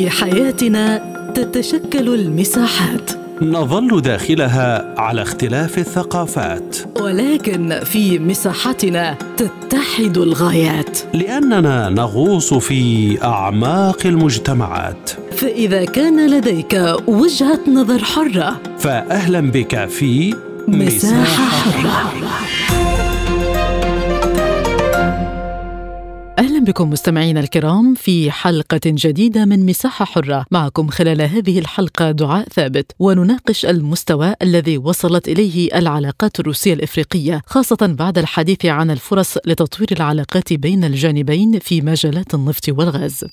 في حياتنا تتشكل المساحات، نظل داخلها على اختلاف الثقافات، ولكن في مساحتنا تتحد الغايات، لأننا نغوص في أعماق المجتمعات. فإذا كان لديك وجهة نظر حرة، فأهلا بك في مساحة حرة. أهلا بكم مستمعينا الكرام في حلقة جديدة من مساحة حرة. معكم خلال هذه الحلقة دعاء ثابت، ونناقش المستوى الذي وصلت إليه العلاقات الروسية الإفريقية، خاصة بعد الحديث عن الفرص لتطوير العلاقات بين الجانبين في مجالات النفط والغاز.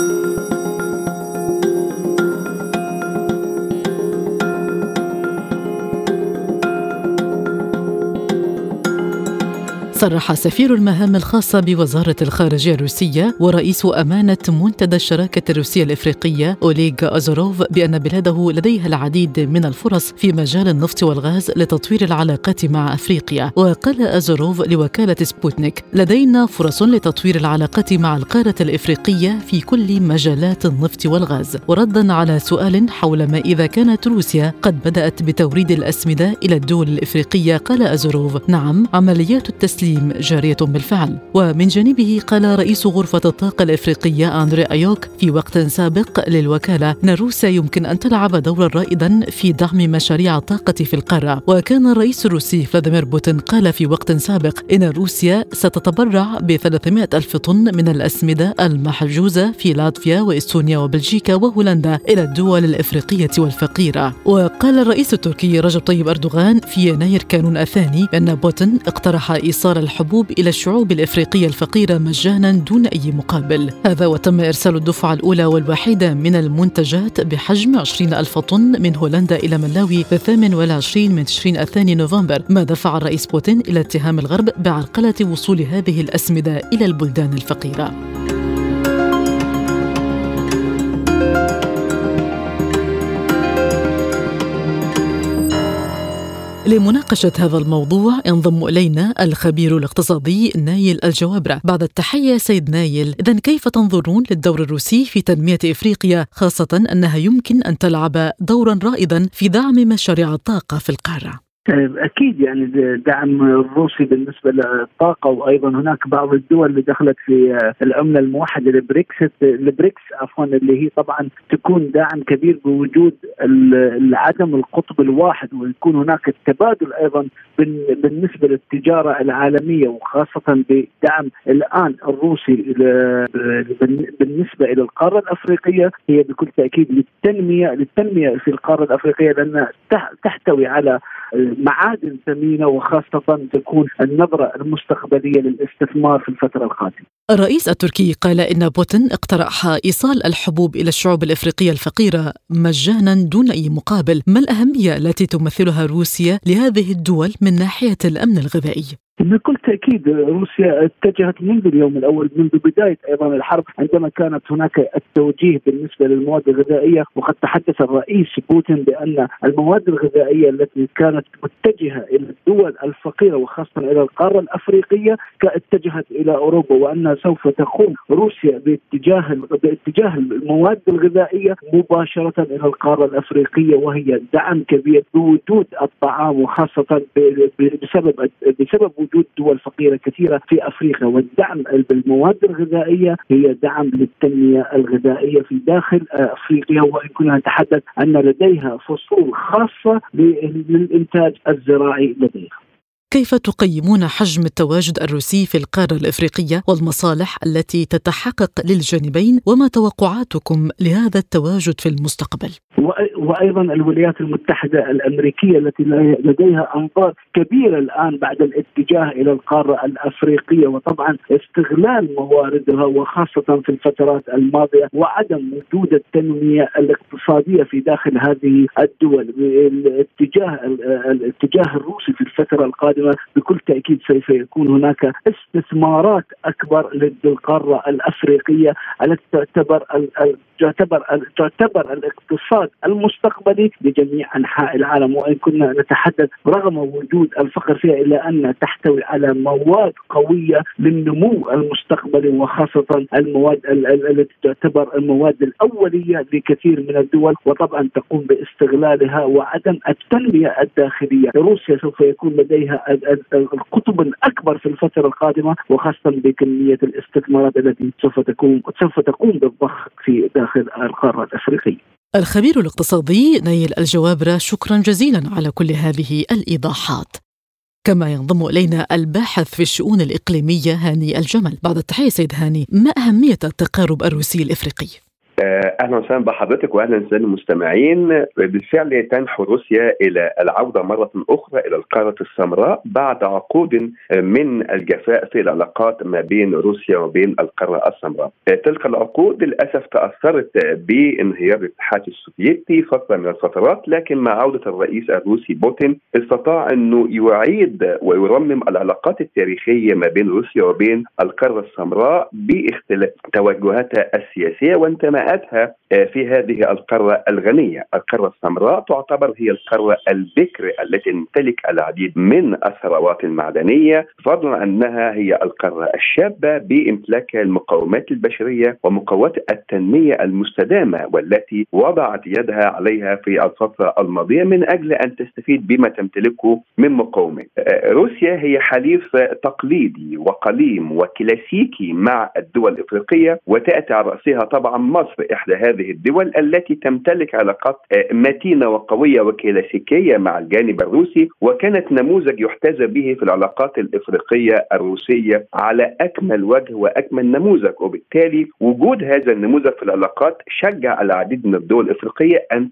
صرح سفير المهام الخاصة بوزارة الخارجية الروسية ورئيس أمانة منتدى الشراكة الروسية الإفريقية أوليغ أزاروف بأن بلاده لديها العديد من الفرص في مجال النفط والغاز لتطوير العلاقات مع أفريقيا. وقال أزاروف لوكالة سبوتنيك: لدينا فرص لتطوير العلاقات مع القارة الإفريقية في كل مجالات النفط والغاز. وردا على سؤال حول ما إذا كانت روسيا قد بدأت بتوريد الأسمدة إلى الدول الإفريقية، قال أزاروف: نعم، عمليات التسليم جارية بالفعل. ومن جانبه قال رئيس غرفة الطاقة الإفريقية أندري أيوك في وقت سابق للوكالة أن روسيا يمكن أن تلعب دورا رائدا في دعم مشاريع الطاقة في القارة. وكان الرئيس الروسي فلاديمير بوتين قال في وقت سابق إن روسيا ستتبرع ب300 ألف طن من الأسمدة المحجوزة في لاتفيا وإستونيا وبلجيكا وهولندا إلى الدول الإفريقية والفقيرة. وقال الرئيس التركي رجب طيب أردوغان في يناير كانون الثاني أن بوتين اقترح إيصال الحبوب إلى الشعوب الإفريقية الفقيرة مجانا دون أي مقابل. هذا وتم إرسال الدفعة الأولى والوحيدة من المنتجات بحجم 20 ألف طن من هولندا إلى ملاوي في 28 من تشرين الثاني نوفمبر، ما دفع الرئيس بوتين إلى اتهام الغرب بعرقلة وصول هذه الأسمدة إلى البلدان الفقيرة. لمناقشة هذا الموضوع ينضم إلينا الخبير الاقتصادي نايل الجوابرة. بعد التحية سيد نايل، إذن كيف تنظرون للدور الروسي في تنمية إفريقيا، خاصة أنها يمكن أن تلعب دورا رائدا في دعم مشاريع الطاقة في القارة؟ أكيد يعني الدعم الروسي بالنسبة للطاقة، وأيضا هناك بعض الدول اللي دخلت في العملة الموحدة البريكس اللي هي طبعا تكون دعم كبير بوجود عدم القطب الواحد، ويكون هناك التبادل أيضا بالنسبة للتجارة العالمية، وخاصة بدعم الآن الروسي بالنسبة إلى القارة الأفريقية. هي بكل تأكيد للتنمية في القارة الأفريقية، لأنها تحتوي على معادن ثمينة، وخاصة تكون النظرة المستقبلية للاستثمار في الفترة القادمة. الرئيس التركي قال إن بوتين اقترح إيصال الحبوب إلى الشعوب الإفريقية الفقيرة مجانا دون أي مقابل. ما الأهمية التي تمثلها روسيا لهذه الدول من ناحية الأمن الغذائي؟ بكل تأكيد روسيا اتجهت منذ اليوم الأول، منذ بداية أيضا الحرب، عندما كانت هناك التوجيه بالنسبة للمواد الغذائية. وقد تحدث الرئيس بوتين بأن المواد الغذائية التي كانت متجهة إلى الدول الفقيرة وخاصة إلى القارة الأفريقية اتجهت إلى أوروبا، وأنها سوف تقوم روسيا باتجاه المواد الغذائية مباشرة إلى القارة الأفريقية، وهي دعم كبير بوجود الطعام، وخاصة بسبب وجود دول فقيرة كثيرة في أفريقيا. والدعم بالمواد الغذائية هي دعم للتنمية الغذائية في داخل أفريقيا، وإن كنا نتحدث أن لديها فصول خاصة للإنتاج الزراعي لديها. كيف تقيمون حجم التواجد الروسي في القارة الإفريقية والمصالح التي تتحقق للجانبين، وما توقعاتكم لهذا التواجد في المستقبل؟ وأيضا الولايات المتحدة الأمريكية التي لديها أنظار كبيرة الآن بعد الاتجاه إلى القارة الأفريقية، وطبعا استغلال مواردها وخاصة في الفترات الماضية، وعدم وجود التنمية الاقتصادية في داخل هذه الدول. الاتجاه الروسي في الفترة القادمة بكل تأكيد سوف يكون هناك استثمارات أكبر للقارة الأفريقية التي تعتبر الاقتصاد المستقبلي مستقبلي لجميع أنحاء العالم. وإن كنا نتحدث رغم وجود الفقر فيها إلا أن تحتوي على مواد قوية للنمو المستقبلي، وخاصة المواد التي تعتبر المواد الأولية لكثير من الدول، وطبعا تقوم باستغلالها وعدم التنمية الداخلية. روسيا سوف يكون لديها القطب الأكبر في الفترة القادمة، وخاصة بكمية الاستثمارات التي سوف تقوم بالضخ في داخل القارة الأفريقية. الخبير الاقتصادي نايل الجوابرة، شكرا جزيلا على كل هذه الإيضاحات. كما ينضم إلينا الباحث في الشؤون الإقليمية هاني الجمل. بعد التحية سيد هاني، ما أهمية التقارب الروسي الإفريقي؟ أهلا وسهلا بحضرتك وأهلا وسهلا المستمعين. بالفعل تنحو روسيا إلى العودة مرة أخرى إلى القارة السمراء بعد عقود من الجفاء في العلاقات ما بين روسيا وبين القارة السمراء. تلك العقود للأسف تأثرت بانهيار الاتحاد السوفيتي فترة من الفترات، لكن مع عودة الرئيس الروسي بوتين استطاع أنه يعيد ويرمم العلاقات التاريخية ما بين روسيا وبين القارة السمراء باختلاف توجهاتها السياسية وانتماءاتها في هذه القارة الغنية. القارة السمراء تعتبر هي القارة البكر التي تمتلك العديد من الثروات المعدنية، فضلا أنها هي القارة الشابة بامتلاكها المقومات البشرية ومقومات التنمية المستدامة، والتي وضعت يدها عليها في الفترة الماضية من أجل أن تستفيد بما تمتلكه من مقومات. روسيا هي حليف تقليدي وقليم وكلاسيكي مع الدول الإفريقية، وتأتي على رأسها طبعا مصر، إحدى هذه الدول التي تمتلك علاقات متينة وقوية وكلاسيكية مع الجانب الروسي، وكانت نموذج يحتذى به في العلاقات الإفريقية الروسية على أكمل وجه وأكمل نموذج. وبالتالي وجود هذا النموذج في العلاقات شجع العديد من الدول الإفريقية أن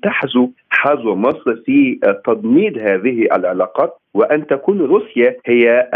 حذو مصر في تضميد هذه العلاقات، وأن تكون روسيا هي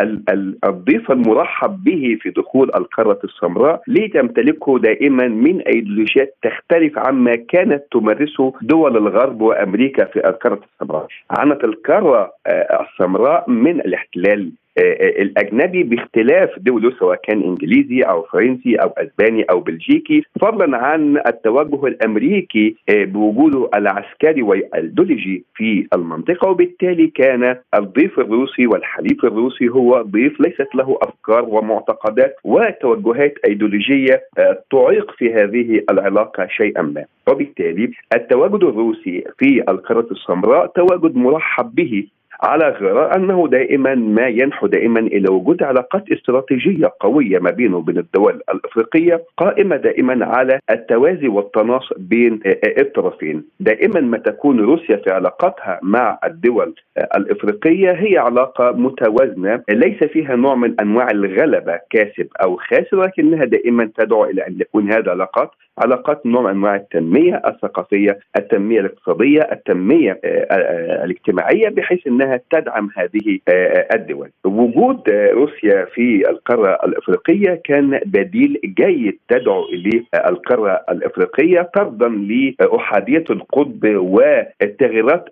الضيف المرحب به في دخول القارة السمراء لتمتلكه دائما من أيديولوجيات تختلف عما كانت تمارسه دول الغرب وأمريكا في القارة السمراء. عانت القارة السمراء من الاحتلال الأجنبي باختلاف دوله، سواء كان إنجليزي أو فرنسي أو أسباني أو بلجيكي، فضلا عن التوجه الأمريكي بوجوده العسكري والأيديولوجي في المنطقة. وبالتالي كان الضيف الروسي والحليف الروسي هو ضيف ليست له أفكار ومعتقدات وتوجهات أيديولوجية تعيق في هذه العلاقة شيئا ما. وبالتالي التواجد الروسي في القارة السمراء تواجد مرحب به، على غرار أنه دائما ما ينحو دائما إلى وجود علاقات استراتيجية قوية ما بينه وبين الدول الأفريقية، قائمة دائما على التوازي والتناصر بين الطرفين. دائما ما تكون روسيا في علاقاتها مع الدول الأفريقية هي علاقة متوازنة، ليس فيها نوع من أنواع الغلبة كاسب أو خاسر، ولكنها دائما تدعو إلى أن يكون هذه علاقات نوع من أنواع التنمية الثقافية، التنمية الاقتصادية، التنمية الاجتماعية، بحيث أنها تدعم هذه الدول. وجود روسيا في القارة الأفريقية كان بديل جيد تدعو إليه القارة الأفريقية، طردا لأحادية القطب والتغييرات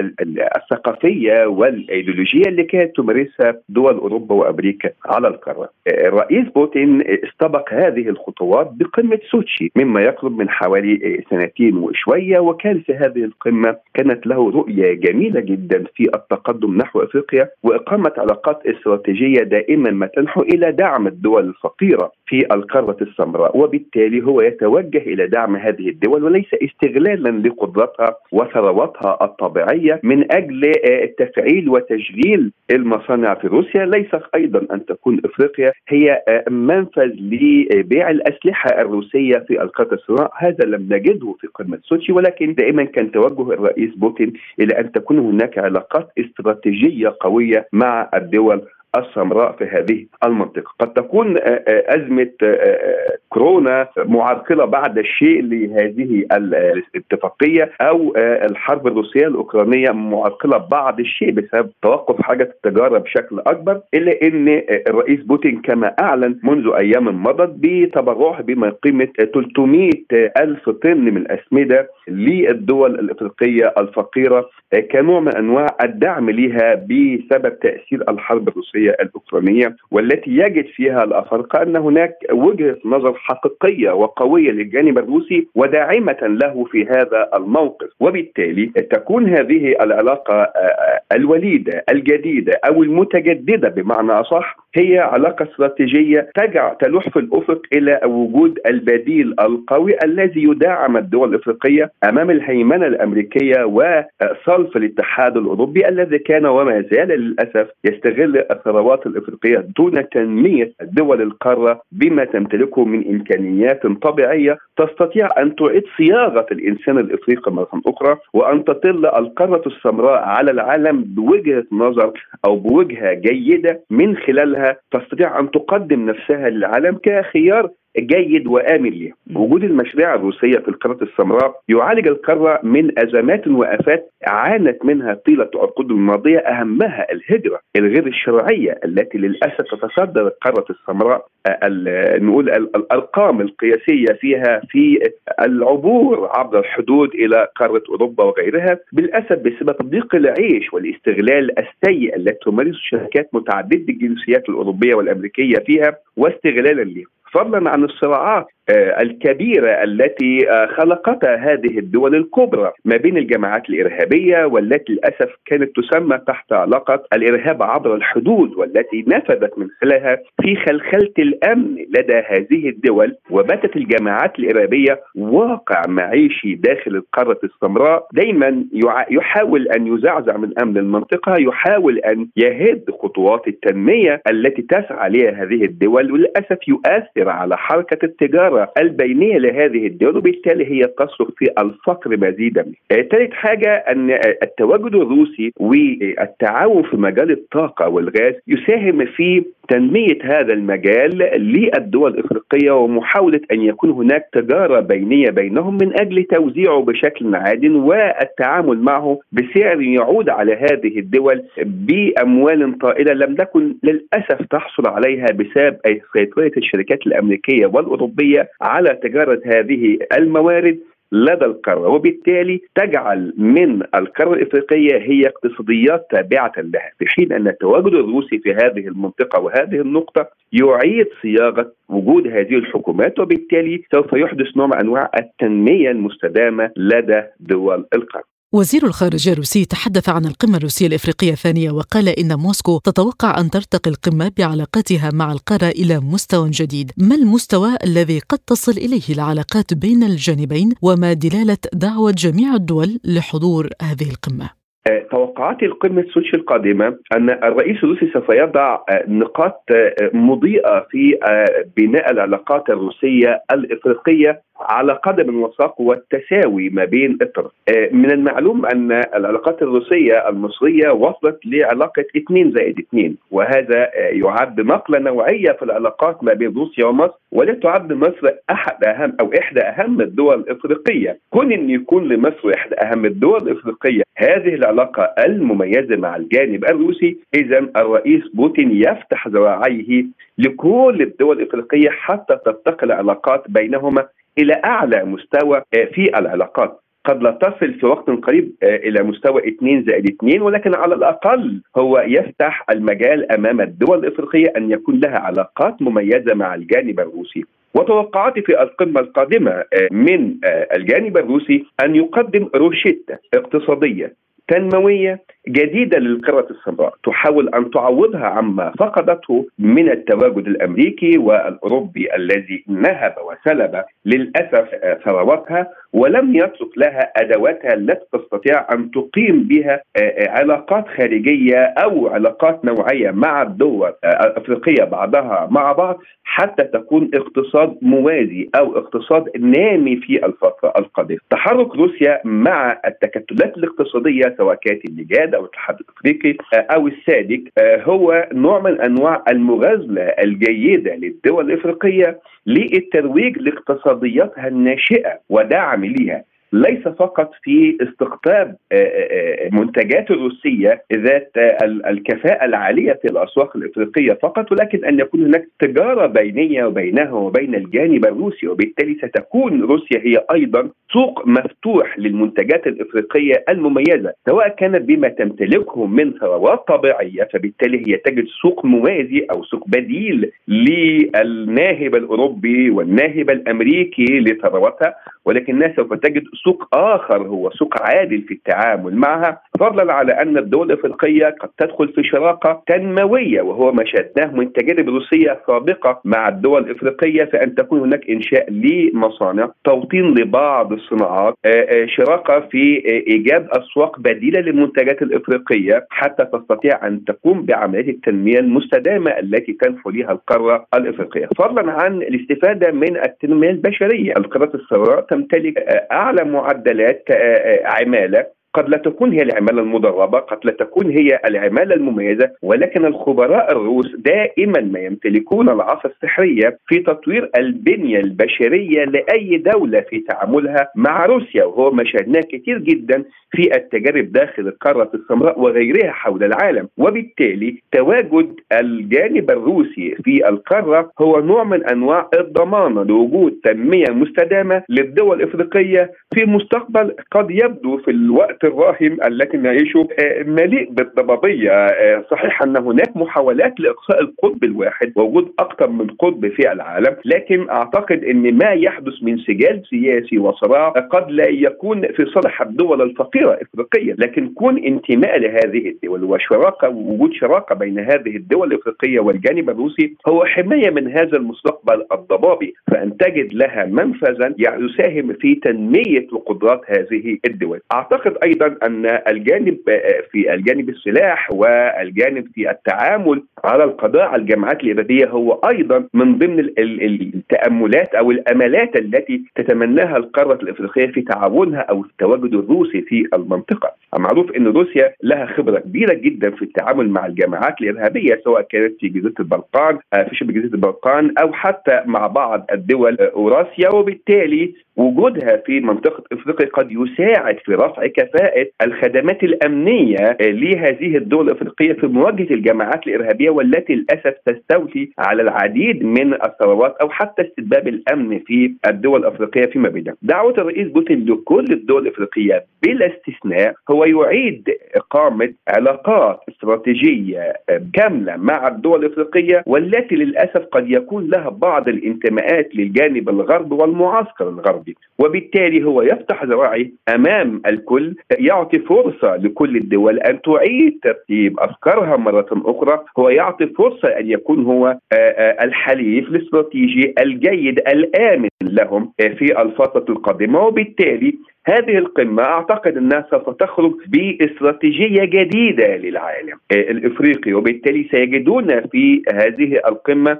الثقافية والأيديولوجية اللي كانت تمارسها دول أوروبا وأمريكا على القارة. الرئيس بوتين استبق هذه الخطوات بقمة سوتشي مما يقرب من حوالي سنتين وشوية، وكان في هذه القمة كانت له رؤية جميلة جدا في التقدم نحو أفريقيا وإقامة علاقات استراتيجية دائما ما تنحو إلى دعم الدول الفقيرة في القارة السمراء. وبالتالي هو يتوجه إلى دعم هذه الدول وليس استغلالا لقدرتها وثرواتها الطبيعية من أجل تفعيل وتشغيل المصانع في روسيا. ليس أيضا أن تكون أفريقيا هي منفذ لبيع الأسلحة الروسية في القارة السمراء. هذا لم نجده في قمة سوتشي، ولكن دائما كان توجه الرئيس بوتين إلى أن تكون هناك علاقات استراتيجية قوية مع الدول السمراء في هذه المنطقة. قد تكون أزمة كورونا معرقلة بعد الشيء لهذه الاتفاقية، أو الحرب الروسية الأوكرانية معرقلة بعض الشيء بسبب توقف حاجة التجارة بشكل أكبر، إلا أن الرئيس بوتين كما أعلن منذ أيام مضت بتبرعه بما قيمة 300 ألف طن من الأسمدة للدول الإفريقية الفقيرة كنوع من أنواع الدعم لها بسبب تأثير الحرب الروسية الأوكرانية، والتي يجد فيها الأفارقة أن هناك وجهة نظر حقيقية وقوية للجانب الروسي وداعمة له في هذا الموقف. وبالتالي تكون هذه العلاقة الوليدة الجديدة أو المتجددة بمعنى أصح هي علاقة استراتيجية تلوح في الأفق إلى وجود البديل القوي الذي يدعم الدول الإفريقية أمام الهيمنة الأمريكية وصلف الاتحاد الأوروبي الذي كان وما زال للأسف يستغل الثروات الإفريقية دون تنمية دول القارة بما تمتلكه من إمكانيات طبيعية تستطيع أن تعيد صياغة الإنسان الإفريقي مرة أخرى وأن تطل القارة السمراء على العالم بوجهة نظر أو بوجهة جيدة من خلالها تستطيع أن تقدم نفسها للعالم كخيار جيد وآمن له. وجود المشاريع الروسية في القارة السمراء يعالج القارة من أزمات وآفات عانت منها طيلة العقود الماضية، أهمها الهجرة الغير الشرعية التي للأسف تتصدر القارة السمراء نقول الأرقام القياسية فيها في العبور عبر الحدود إلى قارة أوروبا وغيرها، بالأسف بسبب ضيق العيش والاستغلال السيء التي تمارسه شركات متعددة الجنسيات الأوروبية والأمريكية فيها واستغلالا له، فضلا عن الصراعات الكبيرة التي خلقتها هذه الدول الكبرى ما بين الجماعات الإرهابية والتي للأسف كانت تسمى تحت علاقة الإرهاب عبر الحدود، والتي نفذت من خلالها في خلخلة الأمن لدى هذه الدول، وباتت الجماعات الإرهابية واقع معيشي داخل القارة السمراء دايما يحاول أن يزعزع من أمن المنطقة، يحاول أن يهد خطوات التنمية التي تسعى لها هذه الدول، وللأسف يؤثر على حركة التجارة البينية لهذه الدول، وبالتالي هي تصرف في الفقر مزيدا. ثالث حاجة أن التواجد الروسي والتعاون في مجال الطاقة والغاز يساهم في تنمية هذا المجال للدول الإفريقية ومحاولة أن يكون هناك تجارة بينية بينهم من أجل توزيعه بشكل عادل والتعامل معه بسعر يعود على هذه الدول بأموال طائلة لم تكن للأسف تحصل عليها بسبب سيطرة الشركات الأمريكية والأوروبية على تجارة هذه الموارد لدى القارة، وبالتالي تجعل من القارة الإفريقية هي اقتصاديات تابعة لها، في حين أن التواجد الروسي في هذه المنطقة وهذه النقطة يعيد صياغة وجود هذه الحكومات، وبالتالي سوف يحدث نوع من أنواع التنمية المستدامة لدى دول القارة. وزير الخارجية الروسي تحدث عن القمة الروسية الإفريقية الثانية وقال إن موسكو تتوقع أن ترتقي القمة بعلاقاتها مع القارة إلى مستوى جديد. ما المستوى الذي قد تصل إليه العلاقات بين الجانبين وما دلالة دعوة جميع الدول لحضور هذه القمة؟ توقعاتي لقمة سوتشي القادمة أن الرئيس الروسي سوف يضع نقاط مضيئة في بناء العلاقات الروسية الإفريقية على قدم وساق والتساوي ما بين الطرف. من المعلوم أن العلاقات الروسية المصرية وصلت لعلاقة 2+2، وهذا يعد نقلة نوعية في العلاقات ما بين روسيا ومصر، ولا تعد مصر إحدى أهم الدول الإفريقية. كون أن يكون لمصر إحدى أهم الدول الإفريقية هذه العلاقة المميزة مع الجانب الروسي، إذن الرئيس بوتين يفتح ذراعيه لكل الدول الإفريقية حتى ترتقي العلاقات بينهما إلى أعلى مستوى في العلاقات. قد لا تصل في وقت قريب إلى مستوى 2+2، ولكن على الأقل هو يفتح المجال أمام الدول الإفريقية أن يكون لها علاقات مميزة مع الجانب الروسي. وتوقعاتي في القمة القادمة من الجانب الروسي أن يقدم روشتة اقتصادية تنموية جديدة للقارة السمراء تحاول أن تعوضها عما فقدته من التواجد الأمريكي والأوروبي الذي نهب وسلب للأسف ثرواتها ولم يترك لها أدواتها التي تستطيع أن تقيم بها علاقات خارجية أو علاقات نوعية مع الدول الأفريقية بعضها مع بعض حتى تكون اقتصاد موازي أو اقتصاد نامي في الفترة القادمة. تحرك روسيا مع التكتلات الاقتصادية سواء كانت اللجان أو الاتحاد الأفريقي أو السادك هو نوع من أنواع المغازلة الجيدة للدول الأفريقية للترويج لاقتصادياتها الناشئة ودعم لها. ليس فقط في استقطاب منتجات الروسية ذات الكفاءة العالية في الأسواق الإفريقية فقط، ولكن أن يكون هناك تجارة بينية وبينها وبين الجانب الروسي، وبالتالي ستكون روسيا هي أيضا سوق مفتوح للمنتجات الإفريقية المميزة، سواء كانت بما تمتلكه من ثروات طبيعية، فبالتالي هي تجد سوق موازي أو سوق بديل للناهب الأوروبي والناهب الأمريكي لثروتها، ولكنها سوف تجد سوق آخر هو سوق عادل في التعامل معها، فضلا على أن الدول الأفريقية قد تدخل في شراكة تنموية، وهو ما شاهدناه من تجارب روسية سابقة مع الدول الأفريقية، فأن تكون هناك إنشاء لمصانع، توطين لبعض الصناعات، شراكة في إيجاد أسواق بديلة للمنتجات الأفريقية حتى تستطيع أن تقوم بعمليات التنمية المستدامة التي تنحو لها القارة الأفريقية، فضلا عن الاستفادة من التنمية البشرية. القارة السمراء تمتلك أعلى معدلات عمالة، قد لا تكون هي العمالة المدربة، قد لا تكون هي العمالة المميزة، ولكن الخبراء الروس دائما ما يمتلكون العصا السحرية في تطوير البنية البشرية لأي دولة في تعاملها مع روسيا، وهو ما شاهدناه كثير جدا في التجارب داخل القارة السمراء وغيرها حول العالم. وبالتالي تواجد الجانب الروسي في القارة هو نوع من أنواع الضمانة لوجود تنمية مستدامة للدول الإفريقية في مستقبل قد يبدو في الوقت الراهن التي نعيشه مليء بالضبابية. صحيح أن هناك محاولات لإقصاء القطب الواحد ووجود أكثر من قطب في العالم، لكن أعتقد أن ما يحدث من سجال سياسي وصراع قد لا يكون في صالح الدول الفقيرة الإفريقية، لكن كون انتماء لهذه الدول وشراكة ووجود شراكة بين هذه الدول الإفريقية والجانب الروسي هو حماية من هذا المستقبل الضبابي، فأن تجد لها منفذا يساهم في تنمية وقدرات هذه الدول. أعتقد أيضا أن الجانب السلاح والجانب في التعامل على القضاء على الجماعات الإرهابية هو أيضا من ضمن التأملات أو الأملات التي تتمناها القارة الإفريقية في تعاونها أو التواجد الروسي في المنطقة. معروف أن روسيا لها خبرة كبيرة جدا في التعامل مع الجماعات الإرهابية، سواء كانت في جزيرة البلقان في شبه جزيرة البلقان أو حتى مع بعض الدول أوراسيا، وبالتالي وجودها في منطقة إفريقيا قد يساعد في رفع كفاءة الخدمات الأمنية لهذه الدول الإفريقية في مواجهة الجماعات الإرهابية والتي للأسف تستولي على العديد من الثروات أو حتى استتباب الأمن في الدول الأفريقية فيما بينها. دعوة الرئيس بوتين لكل الدول الإفريقية بلا استثناء هو يعيد إقامة علاقات استراتيجية كاملة مع الدول الإفريقية والتي للأسف قد يكون لها بعض الانتماءات للجانب الغربي والمعسكر الغربي، وبالتالي هو يفتح ذراعي أمام الكل، يعطي فرصة لكل الدول أن تعيد ترتيب أفكارها مرة أخرى، هو يعطي فرصة أن يكون هو الحليف الاستراتيجي الجيد الآمن لهم في الفترة القادمة. وبالتالي هذه القمة أعتقد أنها سوف تخرج باستراتيجية جديدة للعالم الإفريقي، وبالتالي سيجدون في هذه القمة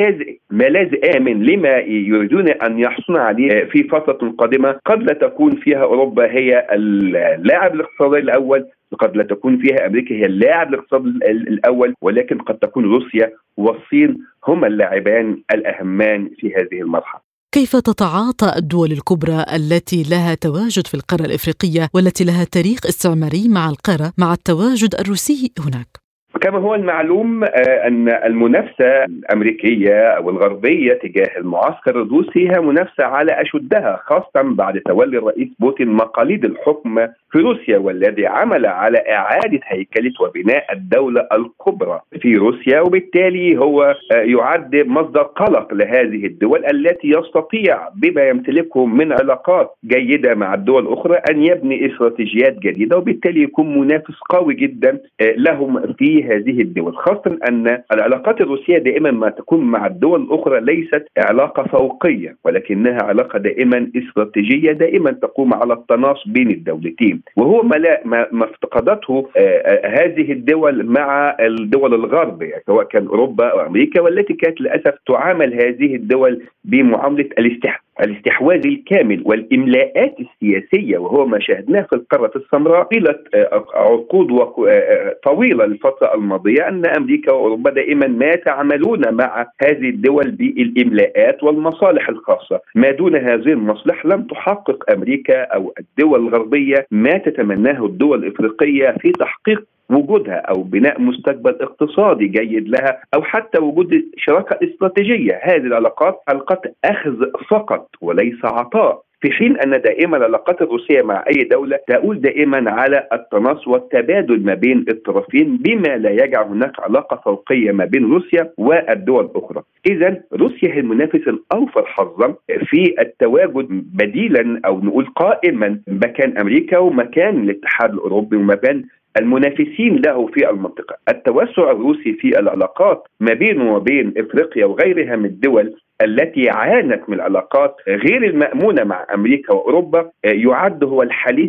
ملاذ آمن لما يريدون أن يحصلوا عليه في فترة قادمة قد لا تكون فيها أوروبا هي اللاعب الاقتصادي الأول، قد لا تكون فيها أمريكا هي اللاعب الاقتصادي الأول، ولكن قد تكون روسيا والصين هما اللاعبان الأهمان في هذه المرحلة. كيف تتعاطى الدول الكبرى التي لها تواجد في القارة الإفريقية والتي لها تاريخ استعماري مع القارة مع التواجد الروسي هناك؟ كما هو المعلوم أن المنافسة الأمريكية والغربية تجاه المعسكر الروسي هي منافسة على أشدها، خاصة بعد تولي الرئيس بوتين مقاليد الحكم في روسيا، والذي عمل على إعادة هيكلة وبناء الدولة الكبرى في روسيا، وبالتالي هو يعد مصدر قلق لهذه الدول التي يستطيع بما يمتلكه من علاقات جيدة مع الدول الأخرى أن يبني استراتيجيات جديدة، وبالتالي يكون منافس قوي جدا لهم في هذه الدول، خاصة أن العلاقات الروسية دائما ما تكون مع الدول الأخرى ليست علاقة فوقية، ولكنها علاقة دائما استراتيجية دائما تقوم على التناص بين الدولتين، وهو ما افتقدته هذه الدول مع الدول الغرب سواء كان أوروبا أو أمريكا، والتي كانت للأسف تعامل هذه الدول بمعاملة الاستحواذ الكامل والإملاءات السياسية، وهو ما شاهدناه في القارة السمراء طيلة عقود طويلة الفترة الماضية، أن أمريكا وأوروبا دائما ما يتعاملون مع هذه الدول بالإملاءات والمصالح الخاصة. ما دون هذه المصلحة لم تحقق أمريكا أو الدول الغربية ما تتمناه الدول الإفريقية في تحقيق وجودها أو بناء مستقبل اقتصادي جيد لها، أو حتى وجود شراكة استراتيجية. هذه العلاقات أخذ فقط وليس عطاء، في حين أن دائما العلاقات الروسية مع أي دولة تؤول دائما على التناصر والتبادل ما بين الطرفين، بما لا يجعل هناك علاقة فوقية ما بين روسيا والدول الأخرى. إذن روسيا هي المنافس الأوفر حظا في التواجد بديلا أو نقول قائما مكان أمريكا ومكان الاتحاد الأوروبي ومكان المنافسين له في المنطقة. التوسع الروسي في العلاقات ما بينه وبين إفريقيا وغيرها من الدول التي عانت من العلاقات غير المأمونة مع أمريكا وأوروبا يعد هو الحليف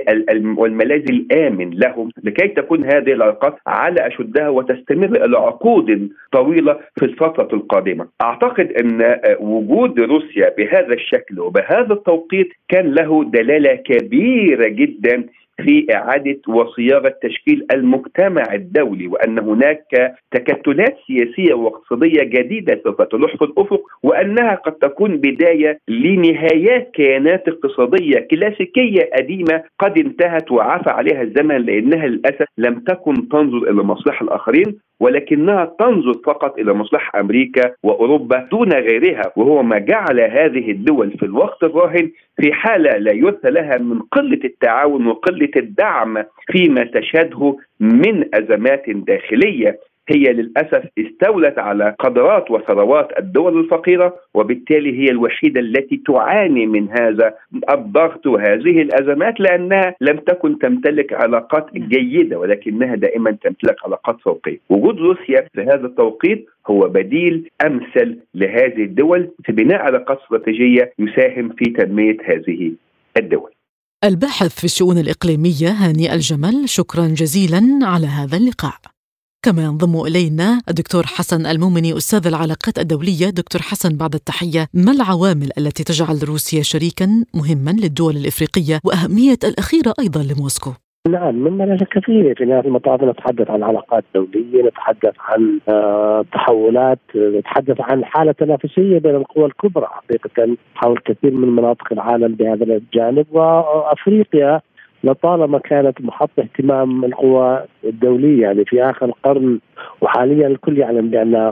والملاذ الآمن لهم لكي تكون هذه العلاقات على أشدها وتستمر إلى عقود طويلة في الفترة القادمة. أعتقد أن وجود روسيا بهذا الشكل وبهذا التوقيت كان له دلالة كبيرة جدا في إعادة وصياغة تشكيل المجتمع الدولي، وأن هناك تكتلات سياسية واقتصادية جديدة سوف تلوح في الأفق، وأنها قد تكون بداية لنهايات كيانات اقتصادية كلاسيكية قديمة قد انتهت وعفى عليها الزمن، لأنها للأسف لم تكن تنظر إلى مصلحة الآخرين ولكنها تنظر فقط إلى مصلحة أمريكا وأوروبا دون غيرها، وهو ما جعل هذه الدول في الوقت الراهن في حالة لا يرثى لها من قلة التعاون وقلة الدعم فيما تشهده من أزمات داخلية هي للأسف استولت على قدرات وثروات الدول الفقيرة، وبالتالي هي الوحيدة التي تعاني من هذا الضغط وهذه الأزمات، لأنها لم تكن تمتلك علاقات جيدة ولكنها دائما تمتلك علاقات فوقية. وجود روسيا في هذا التوقيت هو بديل أمثل لهذه الدول في بناء علاقات استراتيجية يساهم في تنمية هذه الدول. الباحث في الشؤون الإقليمية هاني الجمل، شكرا جزيلا على هذا اللقاء. كما ينضم إلينا الدكتور حسن المومني أستاذ العلاقات الدولية. دكتور حسن، بعد التحية، ما العوامل التي تجعل روسيا شريكا مهما للدول الإفريقية وأهمية الأخيرة أيضا لموسكو؟ نعم، مما لا شك فيه. في نهاية المطاف نتحدث عن علاقات دولية، نتحدث عن تحولات، نتحدث عن حالة تنافسية بين القوى الكبرى حقيقة حول كثير من مناطق العالم بهذا الجانب، وأفريقيا لطالما كانت محط اهتمام القوى الدولية يعني في آخر القرن، وحاليا الكل يعلم بأن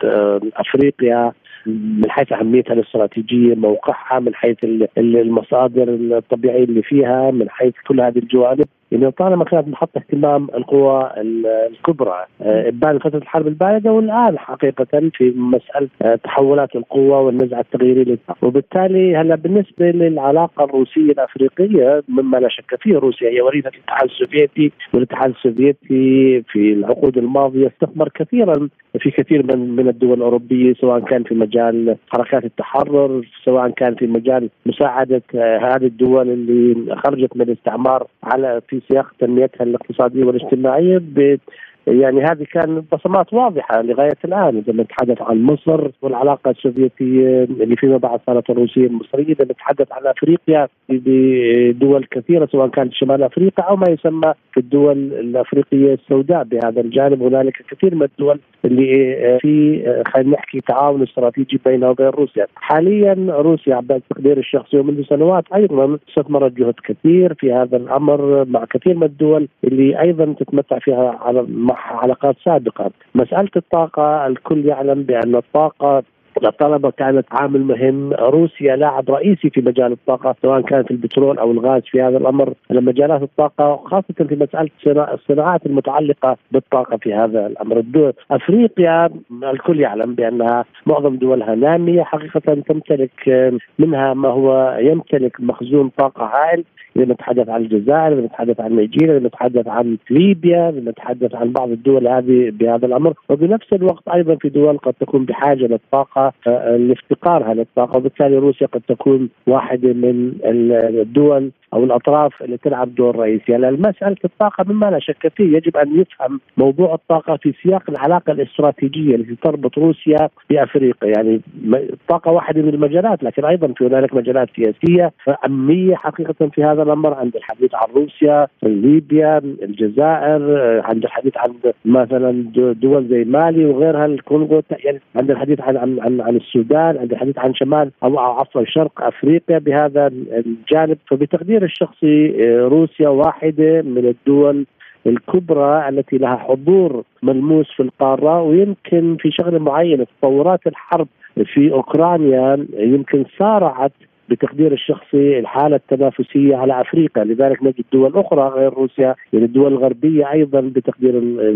أفريقيا من حيث أهميتها الاستراتيجية، موقعها، من حيث المصادر الطبيعية اللي فيها، من حيث كل هذه الجوانب، يعني طالما كانت محط اهتمام القوى الكبرى إبان فترة الحرب الباردة والآن حقيقة في مسألة تحولات القوى والنزعة التغييرية. وبالتالي هلا بالنسبة للعلاقة الروسية الأفريقية مما لا شك فيه، روسيا هي وريثة الاتحاد السوفيتي، والاتحاد السوفيتي في العقود الماضية استثمر كثيرا في كثير من الدول الأوروبية، سواء كان في مجال حركات التحرر، سواء كان في مجال مساعدة هذه الدول اللي خرجت من الاستعمار على في سياق تنميتها الاقتصادية والاجتماعية. يعني هذه كانت بصمات واضحة لغاية الآن. إذا نتحدث عن مصر والعلاقة السوفيتية اللي فيما بعد صارت الروسية المصرية، إذا نتحدث عن أفريقيا بدول كثيرة سواء كانت شمال أفريقيا أو ما يسمى في الدول الأفريقية السوداء بهذا الجانب. هنالك كثير من الدول اللي في خلينا نحكي تعاون استراتيجي بينها وبين روسيا. حاليا روسيا على التقدير الشخصي ومنذ سنوات أيضا استثمرت جهد كثير في هذا الأمر مع كثير من الدول اللي أيضا تتمتع فيها مع علاقات سابقة. مسألة الطاقة الكل يعلم بأن الطاقة لطالما كانت عامل مهم، روسيا لاعب رئيسي في مجال الطاقة سواء كان في البترول أو الغاز في هذا الأمر. مجالات الطاقة خاصة في مسألة الصناعات المتعلقة بالطاقة في هذا الأمر. أفريقيا الكل يعلم بأنها معظم دولها نامية حقيقة، تمتلك منها ما هو يمتلك مخزون طاقة هائل. إذا نتحدث عن الجزائر، إذا نتحدث عن نيجيريا، إذا نتحدث عن ليبيا، إذا نتحدث عن بعض الدول هذه بهذا الأمر. وبنفس الوقت أيضا في دول قد تكون بحاجة للطاقة لافتقارها للطاقة، وبالتالي روسيا قد تكون واحدة من الدول أو الأطراف اللي تلعب دور رئيسي. مسألة الطاقة مما لا شك فيه يجب أن يفهم موضوع الطاقة في سياق العلاقة الاستراتيجية التي تربط روسيا بأفريقيا. يعني الطاقة واحدة من المجالات، لكن أيضا في هنالك مجالات سياسية أمنية حقيقة في هذا الأمر، عند الحديث عن روسيا، ليبيا، الجزائر، عند الحديث عن مثلا دول زي مالي وغيرها، الكونغو، يعني عند الحديث عن السودان، عند الحديث عن شمال أو عفوا شرق أفريقيا بهذا الجانب. فبتقدير الشخصي روسيا واحدة من الدول الكبرى التي لها حضور ملموس في القارة، ويمكن في شغلة معينة تطورات الحرب في أوكرانيا يمكن سارعت بتقدير الشخصي الحالة التنافسية على أفريقيا. لذلك نجد دول أخرى غير روسيا، يعني الدول الغربية أيضا بتقدير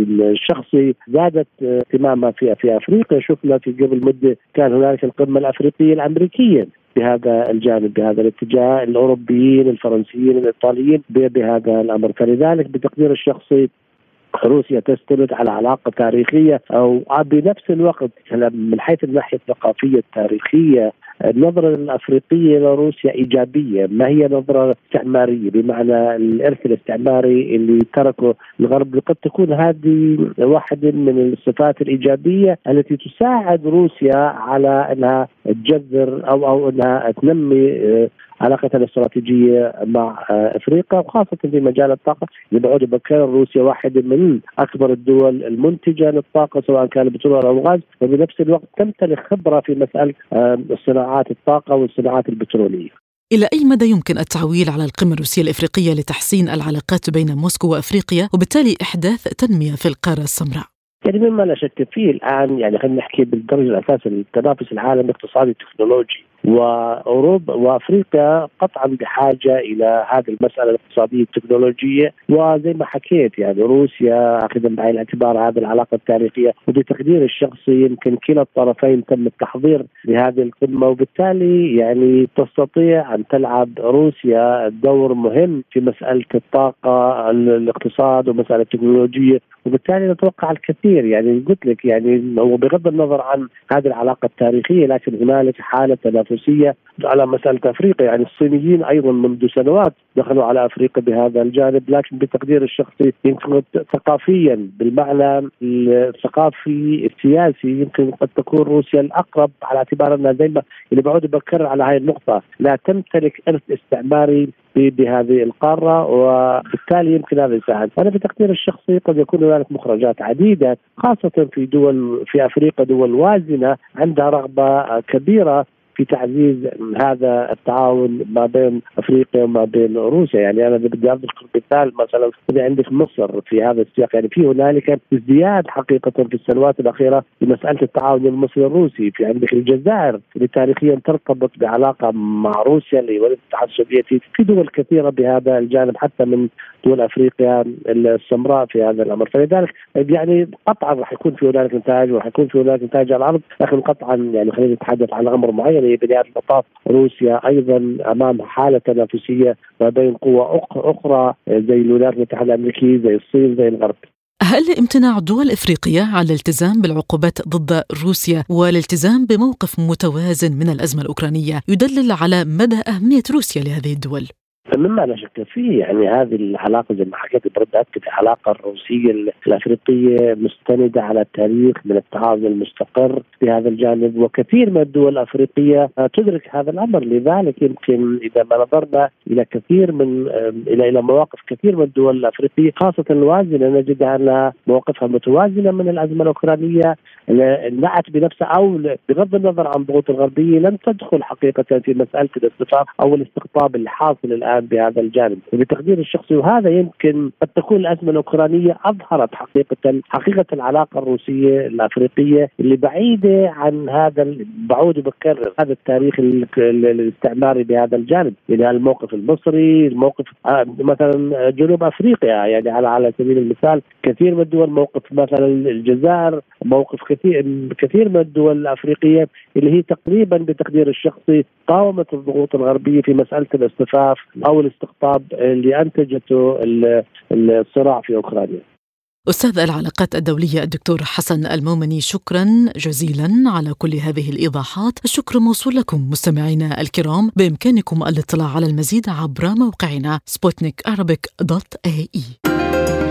الشخصي زادت اهتمامها في أفريقيا. شفنا في قبل مدة كان هنالك القمة الأفريقية الأمريكية بهذا الجانب، بهذا الاتجاه، الأوروبيين، الفرنسيين، الإيطاليين بهذا الأمر. فلذلك بتقدير الشخصي روسيا تستند على علاقة تاريخية، أو بنفس الوقت من حيث الناحية الثقافية التاريخية النظرة الأفريقية لروسيا إيجابية، ما هي نظرة استعمارية، بمعنى الإرث الاستعماري اللي تركه الغرب. قد تكون هذه واحدة من الصفات الإيجابية التي تساعد روسيا على أنها تجذر أو أنها تنمي علاقتها الاستراتيجية مع أفريقيا، وخاصة في مجال الطاقة. لبعد بكر روسيا واحدة من أكبر الدول المنتجة للطاقة سواء كان بترول أو غاز، وبنفس الوقت تمتلك خبرة في مسألة صناعات الطاقة والصناعات البترولية. إلى أي مدى يمكن التعويل على القمة الروسية الإفريقية لتحسين العلاقات بين موسكو وأفريقيا وبالتالي إحداث تنمية في القارة السمراء؟ يعني مما لا شك فيه الآن، يعني خلينا نحكي بالدرجة الأساس التنافس العالمي الاقتصادي التكنولوجي، وأوروبا وأفريقيا قطعا بحاجة إلى هذه المسألة الاقتصادية التكنولوجية. وزي ما حكيت يعني روسيا أخذا بعين الاعتبار هذه العلاقة التاريخية، وبتقدير الشخصي يمكن كلا الطرفين تم التحضير لهذه القمة، وبالتالي يعني تستطيع أن تلعب روسيا دور مهم في مسألة الطاقة، الاقتصاد ومسألة التكنولوجية، وبالتالي نتوقع الكثير. يعني قلت لك يعني هو بغض النظر عن هذه العلاقة التاريخية، لكن هنالك حالة تنافسية على مسألة أفريقيا. يعني الصينيين أيضا منذ سنوات دخلوا على أفريقيا بهذا الجانب، لكن بتقدير الشخصي يمكن ثقافيا بالمعنى الثقافي السياسي يمكن قد تكون روسيا الأقرب، على اعتبار أنها زي ما اللي بعود بكرر على هاي النقطة لا تمتلك إرث استعماري بهذه القارة، وبالتالي يمكن هذا يساعد. أنا بتقدير الشخصي قد يكون هنالك مخرجات عديدة، خاصة في دول في أفريقيا، دول وازنة عندها رغبة كبيرة في تعزيز هذا التعاون ما بين أفريقيا وما بين روسيا. يعني أنا بدي أذكر مثال، مثلا إذا عندك مصر في هذا السياق، يعني في هنالك ازدياد حقيقة في السنوات الأخيرة في مسألة التعاون المصري الروسي. في عندك الجزائر اللي تاريخيا ترتبط بعلاقة مع روسيا اللي ولد الاتحاد السوفيتي، في دول كثيرة بهذا الجانب حتى من دول أفريقيا السمراء في هذا الأمر. فلذلك يعني قطعا راح يكون في هنالك نتائج، وراح يكون في هنالك نتائج على الأرض، لكن قطعا يعني خلينا نتحدث عن أمر معين. بنهاية المطاف روسيا أيضا أمام حالة تنافسية ما بين قوى أخرى زي الولايات المتحدة الأمريكية، زي الصين، زي الغرب. هل امتناع الدول الإفريقية على الالتزام بالعقوبات ضد روسيا والالتزام بموقف متوازن من الأزمة الأوكرانية يدلل على مدى أهمية روسيا لهذه الدول؟ مما لا شك فيه يعني هذه العلاقة زي ما حكيت برد أكد، العلاقة الروسية الأفريقية مستندة على تاريخ من التعاون المستقر في هذا الجانب، وكثير من الدول الأفريقية تدرك هذا الأمر. لذلك يمكن إذا ما نظرنا إلى كثير من إلى مواقف كثير من الدول الأفريقية خاصة الوازنة، نجد أن مواقفها متوازنة من الأزمة الأوكرانية، نأت بنفسها أو بغض النظر عن الضغوط الغربية لم تدخل حقيقة في مسألة الاصطفاف أو الاستقطاب اللي حاصل الآن بهذا الجانب. وبتقدير الشخصي وهذا يمكن قد تكون الأزمة الأوكرانية أظهرت حقيقة العلاقة الروسية الأفريقية اللي بعيدة عن هذا بعود بكرر هذا التاريخ الاستعماري بهذا الجانب. يعني الموقف المصري، الموقف مثلا جنوب أفريقيا، يعني على سبيل المثال كثير من الدول، موقف مثلا الجزائر، موقف كثير من الدول الأفريقية اللي هي تقريبا بتقدير الشخصي قاومت الضغوط الغربية في مسألة الاصطفاف أو الاستقطاب اللي أنتجته الصراع في أوكرانيا. أستاذ العلاقات الدولية الدكتور حسن المومني، شكرا جزيلا على كل هذه الإيضاحات. الشكر موصول لكم مستمعينا الكرام. بإمكانكم الاطلاع على المزيد عبر موقعنا sputnikarabic.ae.